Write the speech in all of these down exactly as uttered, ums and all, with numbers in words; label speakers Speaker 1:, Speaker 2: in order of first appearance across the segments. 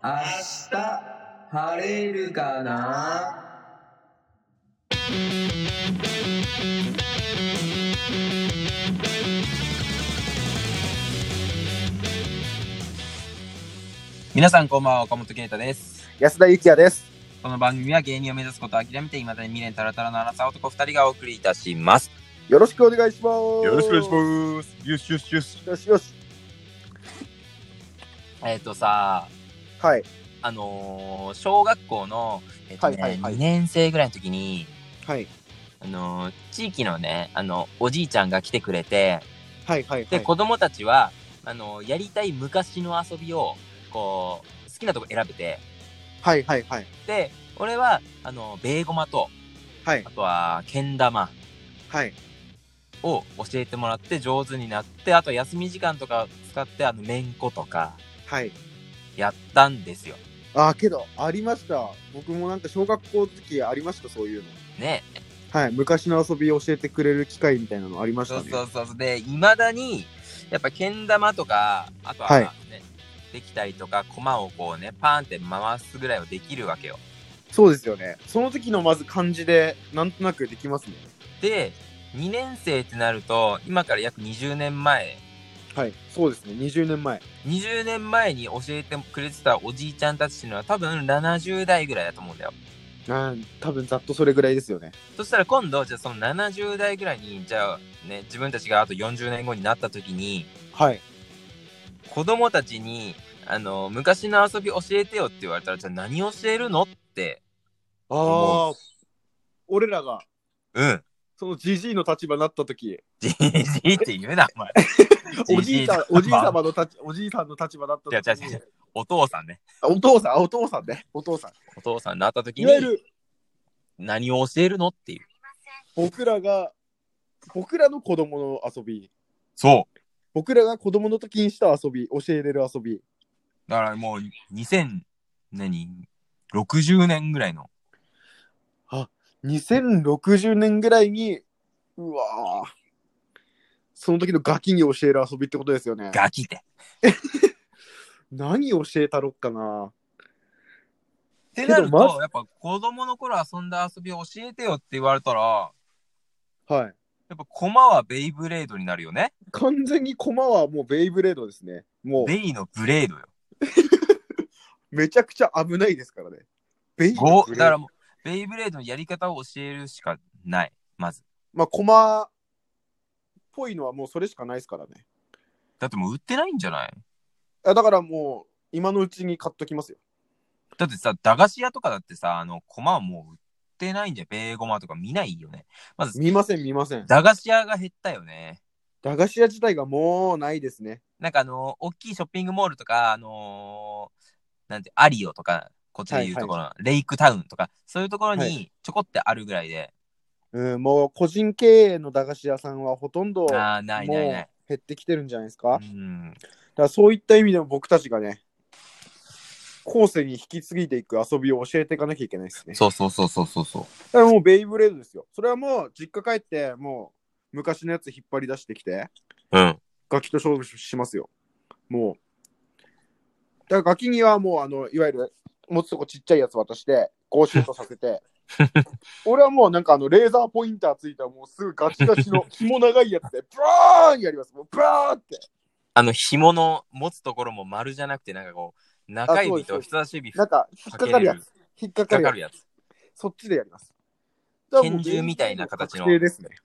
Speaker 1: 明日晴れるかな。
Speaker 2: 皆さんこんばんは、岡本圭太です。
Speaker 3: 安田幸也です。
Speaker 2: この番組は芸人を目指すことを諦めて未だに未練たらたらのアラサー男ふたりがお送りいたします。
Speaker 3: よろしくお願いします。
Speaker 2: よろしくお願いします。よしよしよし
Speaker 3: よしよし。
Speaker 2: えっ、ー、とさ
Speaker 3: はい
Speaker 2: あのー、小学校の、えーとね
Speaker 3: はいはいはい、
Speaker 2: にねん生ぐらいの時に、
Speaker 3: はい
Speaker 2: あのー、地域のねあのおじいちゃんが来てくれて、
Speaker 3: はいはいはい、
Speaker 2: で子供たちはあのー、やりたい昔の遊びをこう好きなとこ選べて、
Speaker 3: はいはいはい、
Speaker 2: で俺はあのベーゴマと、
Speaker 3: はい、
Speaker 2: あとはけん玉、
Speaker 3: はい、
Speaker 2: を教えてもらって上手になって、あと休み時間とか使ってあのめんことか
Speaker 3: はい
Speaker 2: やったんですよ。
Speaker 3: あけどありました。僕もなんか小学校の時ありました、そういうの
Speaker 2: ね。
Speaker 3: はい、昔の遊び教えてくれる機会みたいなのありましたね。
Speaker 2: そうそうそう。でいまだにやっぱけん玉とか、あとはね、はい、できたりとか駒をこうねパーンって回すぐらいはできるわけよ。
Speaker 3: そうですよね。その時のまず漢字でなんとなくできますね。
Speaker 2: でにねん生ってなると今から約にじゅうねんまえ。
Speaker 3: はい、そうですね。にじゅうねんまえ。
Speaker 2: にじゅうねんまえに教えてくれてたおじいちゃんたちっていうのは多分ななじゅう代ぐらいだと思うんだよ。
Speaker 3: あ多分ざっとそれぐらいですよね。
Speaker 2: そしたら今度じゃあそのななじゅう代ぐらいにじゃあね自分たちがあとよんじゅうねんごになった時に、
Speaker 3: はい、
Speaker 2: 子供たちにあの昔の遊び教えてよって言われたら、じゃあ何教えるのって思う。
Speaker 3: ああ俺らが
Speaker 2: うん
Speaker 3: そのジジイの立場になった時、
Speaker 2: ジジイって言うなお前
Speaker 3: おじいさんおじい様の立おじいさんの立場だった時に、
Speaker 2: お父さんね
Speaker 3: お父さんお父さんねお父さん
Speaker 2: お父さんになった時に
Speaker 3: いわゆる
Speaker 2: 何を教えるのっていう、
Speaker 3: 僕らが僕らの子供の遊び、
Speaker 2: そう
Speaker 3: 僕らが子供の時にした遊び、教えれる遊び
Speaker 2: だからもうにせんろくじゅうねんぐらいの、
Speaker 3: あにせんろくじゅうねんぐらいに、うわその時のガキに教える遊びってことですよね。
Speaker 2: ガキって
Speaker 3: 何教えたろっかな
Speaker 2: ってなると、ま、やっぱ子供の頃遊んだ遊びを教えてよって言われたら、はい。やっぱ駒はベイブレードになるよね。
Speaker 3: 完全に駒はもうベイブレードですね。もう
Speaker 2: ベイのブレードよ。
Speaker 3: めちゃくちゃ危ないですからね。ベイのブレード。
Speaker 2: だからもうベイブレードのやり方を教えるしかない。まず。
Speaker 3: まあ駒っぽいのはもうそれしかないですからね。
Speaker 2: だってもう売ってないんじゃない？
Speaker 3: だからもう今のうちに買っときますよ。
Speaker 2: だってさ、駄菓子屋とかだってさ、あの駒はもう売ってないんじゃん。ベーゴマとか見ないよね。まず
Speaker 3: 見ません見ません。
Speaker 2: 駄菓子屋が減ったよね。
Speaker 3: 駄菓子屋自体がもうないですね。
Speaker 2: なんかあの大きいショッピングモールとか、あのー、なんてアリオとかこっちでいうところ、はいはい、レイクタウンとかそういうところにちょこってあるぐらいで、
Speaker 3: はい、うん、もう個人経営の駄菓子屋さんはほとんど
Speaker 2: あないないない
Speaker 3: 減ってきてるんじゃないですか。
Speaker 2: うん、
Speaker 3: だからそういった意味でも僕たちがね後世に引き継いでいく遊びを教えていかなきゃいけないですね。
Speaker 2: そうそうそうそうそうそう。
Speaker 3: だからもうベイブレードですよ。それはもう実家帰ってもう昔のやつ引っ張り出してきて、
Speaker 2: うん、
Speaker 3: ガキと勝負しますよ。もうだからガキにはもうあのいわゆる持つとこちっちゃいやつ渡してこうシュートさせて俺はもうなんかあのレーザーポインターついたもうすぐガチガチの紐長いやつでブラーンやります。もうブラーンって
Speaker 2: あの紐の持つところも丸じゃなくてなんかこう中指と人差し指
Speaker 3: なんか引っかかるやつ引っかかるやつそっちでやります。
Speaker 2: 拳銃みたいな形の
Speaker 3: ですね。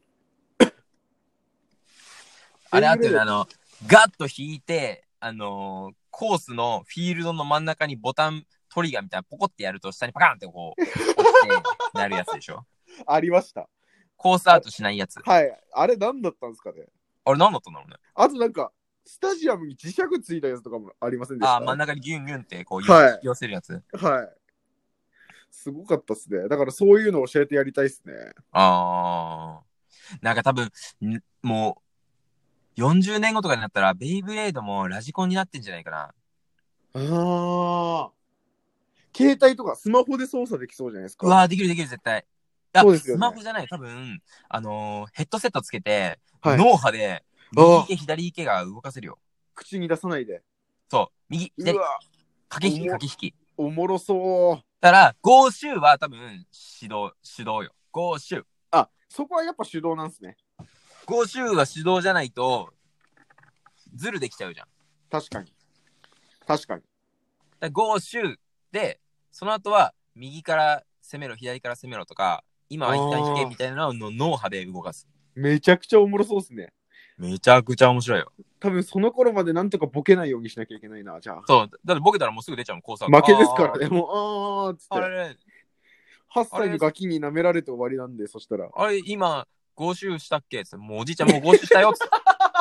Speaker 2: あれあってるあのガッと引いてあのー、コースのフィールドの真ん中にボタントリガーみたいなポコってやると下にパカーンってこう落ちてなるやつでしょ
Speaker 3: ありました。
Speaker 2: コースアウトしないやつ。
Speaker 3: はい。あれ何だったんですかね。
Speaker 2: あれ何だったんだろうね。
Speaker 3: あとなんかスタジアムに磁石ついたやつとかもありませんでした？
Speaker 2: あ真ん中にギュンギュンってこう、
Speaker 3: はい、
Speaker 2: 寄せるやつ。
Speaker 3: はい。すごかったっすね。だからそういうのを教えてやりたいっすね。
Speaker 2: あーなんか多分もうよんじゅうねんごとかになったらベイブレードもラジコンになってんじゃないかな。
Speaker 3: ああ。携帯とかスマホで操作できそうじゃないですか。
Speaker 2: うわーできるできる絶対。
Speaker 3: そうですよね。
Speaker 2: スマホじゃない多分あのー、ヘッドセットつけて、
Speaker 3: はい、
Speaker 2: 脳波で右手左手が動かせるよ。
Speaker 3: 口に出さないで。
Speaker 2: そう右左。
Speaker 3: うわ
Speaker 2: 駆け引き、駆け引き。
Speaker 3: おもろそう。
Speaker 2: だから、ゴーシューは多分、指導、指導よ。ゴーシュー。
Speaker 3: あ、そこはやっぱ手動なんですね。
Speaker 2: ゴーシューは指導じゃないと、ズルできちゃうじゃん。
Speaker 3: 確かに。確かに。
Speaker 2: だからゴーシューで、その後は、右から攻めろ、左から攻めろとか、今は一旦引けみたいなのを脳波で動かす。
Speaker 3: めちゃくちゃおもろそうですね。
Speaker 2: めちゃくちゃ面白いよ。
Speaker 3: 多分その頃までなんとかボケないようにしなきゃいけないな、じゃあ。
Speaker 2: そう。だってボケたらもうすぐ出ちゃうもん、コースアウ
Speaker 3: 負けですからね。
Speaker 2: あー
Speaker 3: もう、あーっつって。
Speaker 2: あれ、
Speaker 3: はっさいのガキに舐められて終わりなんで、そしたら。
Speaker 2: あれ、今、ゴーシューしたっけつって、もうおじいちゃんもうゴーシューしたよっつって。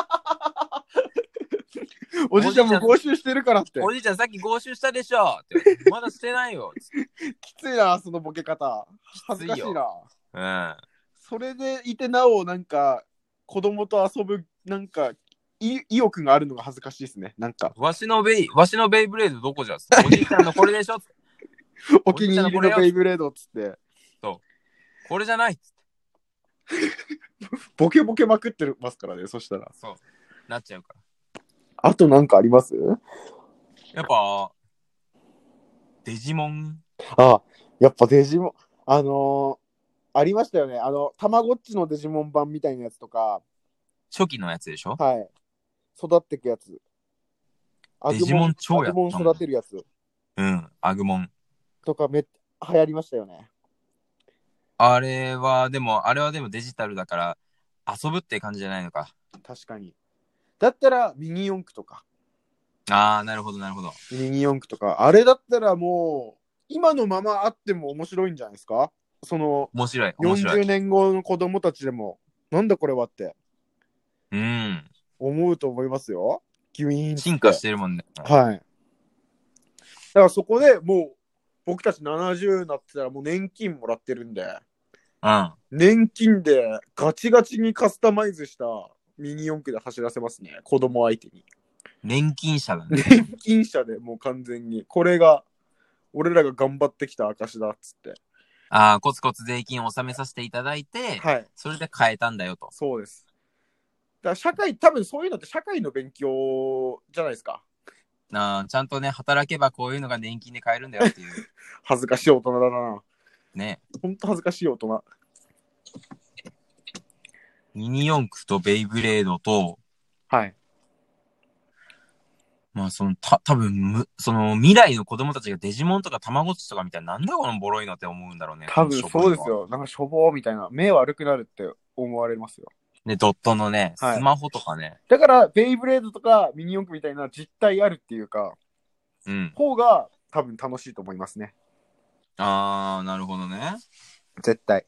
Speaker 3: おじいちゃんも合衆してるからって。
Speaker 2: おじいちゃんさっきゴーシューしたでしょってまだしてないよっつって。
Speaker 3: きついな、そのボケ方。恥ずかしい
Speaker 2: きつい
Speaker 3: な。
Speaker 2: うん。
Speaker 3: それでいてなお、なんか、子供と遊ぶ、なんか、い意欲があるのが恥ずかしいですね。なんか、
Speaker 2: わしのベイ、わしのベイブレードどこじゃっつっておじいちゃんのこれでしょっつって
Speaker 3: お気に入りのベイブレードっつって、
Speaker 2: これじゃないっつって
Speaker 3: ボケボケまくってますからね、そしたら。
Speaker 2: そう。なっちゃうから。
Speaker 3: あとなんかあります？
Speaker 2: やっぱ、デジモン。
Speaker 3: あ、やっぱデジモン、あのー、ありましたよね。あの、たまごっちのデジモン版みたいなやつとか、
Speaker 2: 初期のやつでしょ。
Speaker 3: はい。育ってくやつ。
Speaker 2: デジモン超やったもん
Speaker 3: アグモン育てるやつ
Speaker 2: うん。アグモン。
Speaker 3: とかめっ流行りましたよね。
Speaker 2: あれは、でも、あれはでもデジタルだから、遊ぶって感じじゃないのか。
Speaker 3: 確かに。だったらミニ四駆とか。
Speaker 2: ああ、なるほど、なるほど。
Speaker 3: ミニ四駆とか。あれだったらもう、今のままあっても面白いんじゃないですか？その、
Speaker 2: 面白い、面白
Speaker 3: 40
Speaker 2: い。
Speaker 3: 年後の子供たちでも、なんだこれはって
Speaker 2: うん。
Speaker 3: 思うと思いますよ。ギュイーンって
Speaker 2: 進化してるもんね。
Speaker 3: はい。だからそこでもう、僕たちななじゅうになってたらもう年金もらってるんで、
Speaker 2: うん。
Speaker 3: 年金でガチガチにカスタマイズしたミニ四駆で走らせますね。子供相手に。
Speaker 2: 年金者だね。
Speaker 3: 年金者でもう完全に。これが、俺らが頑張ってきた証だっつって。
Speaker 2: ああ、コツコツ税金を納めさせていただいて、
Speaker 3: はい。
Speaker 2: それで変えたんだよと。
Speaker 3: そうです。だから社会、多分そういうのって社会の勉強じゃないですか。
Speaker 2: あーちゃんとね、働けばこういうのが年金で買えるんだよっていう。
Speaker 3: 恥ずかしい大人だな。
Speaker 2: ね。
Speaker 3: ほんと恥ずかしい大人。
Speaker 2: ミニ四駆とベイブレードと、
Speaker 3: はい。
Speaker 2: まあその、た、多分む、その未来の子供たちがデジモンとかたまごっちとかみたいな、なんだこのボロいのって思うんだろうね。
Speaker 3: 多分そうですよ。なんかしょぼーみたいな。目悪くなるって思われますよ。
Speaker 2: ね、ドットのね、
Speaker 3: はい
Speaker 2: スマホとかね。
Speaker 3: だから、ベイブレードとかミニ四駆みたいな実体あるっていうか、
Speaker 2: うん。
Speaker 3: 方が多分楽しいと思いますね。
Speaker 2: あー、なるほどね。
Speaker 3: 絶対。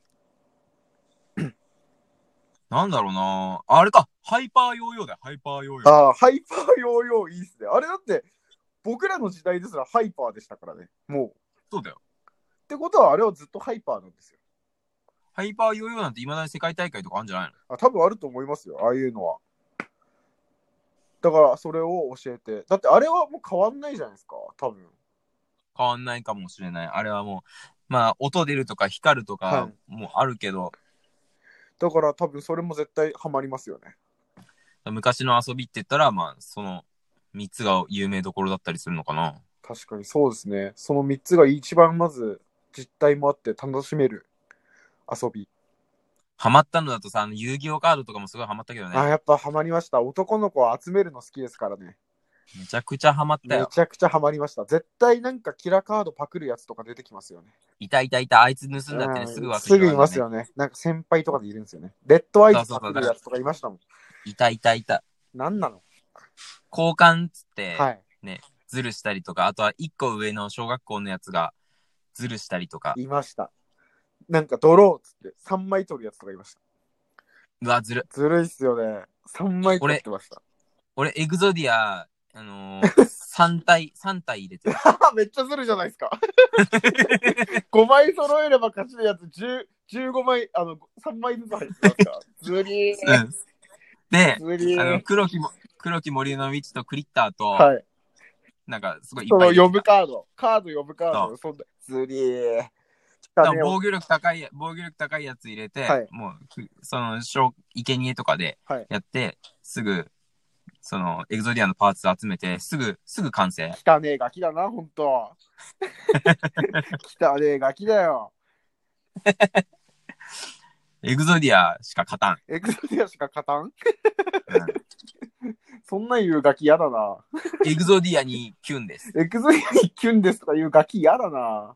Speaker 2: なんだろうなあれか、ハイパーヨーヨーだよ、ハイパーヨーヨー。
Speaker 3: ああ、ハイパーヨーヨーいいっすね。あれだって、僕らの時代ですらハイパーでしたからね。もう。
Speaker 2: そうだよ。
Speaker 3: ってことは、あれはずっとハイパーなんですよ。
Speaker 2: ハイパーヨーヨーなんて未だに世界大会とかあるんじゃないの？
Speaker 3: あ、多分あると思いますよ。ああいうのは。だから、それを教えて。だって、あれはもう変わんないじゃないですか。多分。
Speaker 2: 変わんないかもしれない。あれはもう、まあ、音出るとか光るとか
Speaker 3: はい
Speaker 2: もあるけど、
Speaker 3: だから、多分それも絶対ハマりますよね。
Speaker 2: 昔の遊びって言ったら、まあ、そのみっつが有名どころだったりするのかな。
Speaker 3: 確かにそうですね。そのみっつが一番まず実体もあって楽しめる遊び。
Speaker 2: ハマったのだとさ、あの遊戯王カードとかもすごいハマったけどね。
Speaker 3: あ、やっぱハマりました。男の子は集めるの好きですからね。
Speaker 2: めちゃくちゃハマった
Speaker 3: め
Speaker 2: よ。
Speaker 3: ちゃくちゃハマりました。絶対なんかキラカードパクるやつとか出てきますよね。
Speaker 2: いたいたいた、あいつ盗んだってね、
Speaker 3: うん
Speaker 2: すぐ忘れ
Speaker 3: すぐいますよね。なんか先輩とかでいるんですよね。レッドアイズパクるやつとかいましたもん。
Speaker 2: いたいたいた。
Speaker 3: なんなの？
Speaker 2: 交換っつって、
Speaker 3: はい。
Speaker 2: ね、ズルしたりとか、あとはいっこ上の小学校のやつがズルしたりとか。
Speaker 3: いました。なんかドローっつってさんまい取るやつとかいました。
Speaker 2: うわ、ずる。
Speaker 3: ずるいっすよね。さんまい取ってました。
Speaker 2: 俺、エグゾディア、あのー、さん体、さん体入れてる。
Speaker 3: めっちゃずるじゃないですか。ごまい揃えれば勝ちのやつじゅう、じゅうごまい、あの、さんまいずつ入ってますか。ずりー。
Speaker 2: うん。で、
Speaker 3: ずり
Speaker 2: あの、
Speaker 3: ー。
Speaker 2: 黒木も、黒木森の道とクリッターと、
Speaker 3: はい。
Speaker 2: なんか、すごいいっ
Speaker 3: その
Speaker 2: ぱい入れてた。
Speaker 3: 呼ぶカード。カード呼ぶカード。そんなずりー。
Speaker 2: だから防御力高い、防御力高いやつ入れて、
Speaker 3: はい
Speaker 2: もう、その、小、生贄とかで
Speaker 3: はい。
Speaker 2: やって、すぐ、 その、エグゾディアのパーツ集めて、すぐ、すぐ完成。
Speaker 3: 汚ねえガキだな、ほんと。汚ねえガキだよ。
Speaker 2: エグゾディアしか勝たん。
Speaker 3: エクゾディアしか勝たん、
Speaker 2: うん、
Speaker 3: そんなん言うガキ嫌だな。
Speaker 2: エグゾディアにキュンです。
Speaker 3: エクゾディアにキュンですとか言うガキ嫌だな。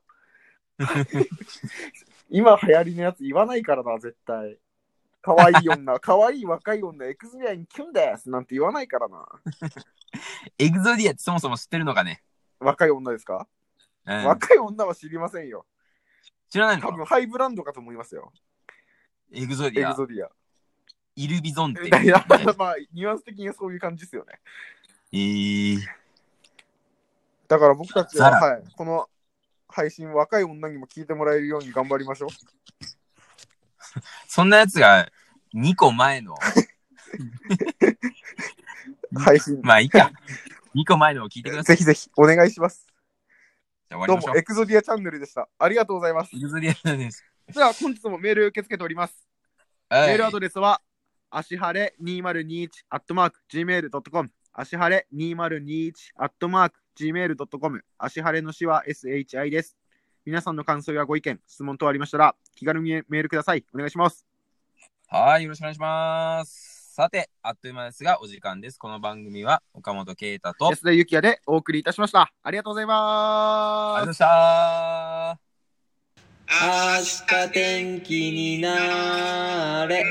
Speaker 3: 今流行りのやつ言わないからな、絶対。可愛い女、可愛い若い女、エクゾディアにキュンですなんて言わないからな。
Speaker 2: エグゾディアってそもそも知ってるのかね。
Speaker 3: 若い女ですか、
Speaker 2: うん、
Speaker 3: 若い女は知りませんよ。
Speaker 2: 知らないのか。
Speaker 3: 多分ハイブランドかと思いますよ。
Speaker 2: エグゾディア。
Speaker 3: エグゾディア。
Speaker 2: イルビゾンテ。
Speaker 3: いや、まあ、ニュアンス的にはそういう感じですよね。
Speaker 2: えー、
Speaker 3: だから僕たちは、
Speaker 2: ザラ
Speaker 3: はい、この配信、若い女にも聞いてもらえるように頑張りましょう。
Speaker 2: そんなやつがにこまえの
Speaker 3: 配信。
Speaker 2: まあいいか。にこまえのを聞いてください。
Speaker 3: ぜひぜひお願いします。
Speaker 2: じゃあ終わりましょう。
Speaker 3: どうも、エクゾディアチャンネルでした。ありがとうございます。
Speaker 2: エグゾディアです。
Speaker 3: では、本日もメール受け付けております。
Speaker 2: はい、
Speaker 3: メールアドレスは、あしはれにせんにじゅういちアットマーク ジーメールドットコム、あしはれにせんにじゅういちアットマーク ジーメールドットコム、あしはれのしは エスエイチアイ です。皆さんの感想やご意見、質問等ありましたら、気軽にメールください。お願いします。
Speaker 2: はい、よろしくお願いします。さて、あっという間ですが、お時間です。この番組は、岡本啓太と、
Speaker 3: 安田幸也でお送りいたしました。ありがとうございます。
Speaker 2: ありがとうございました。
Speaker 1: 明日天気になれ。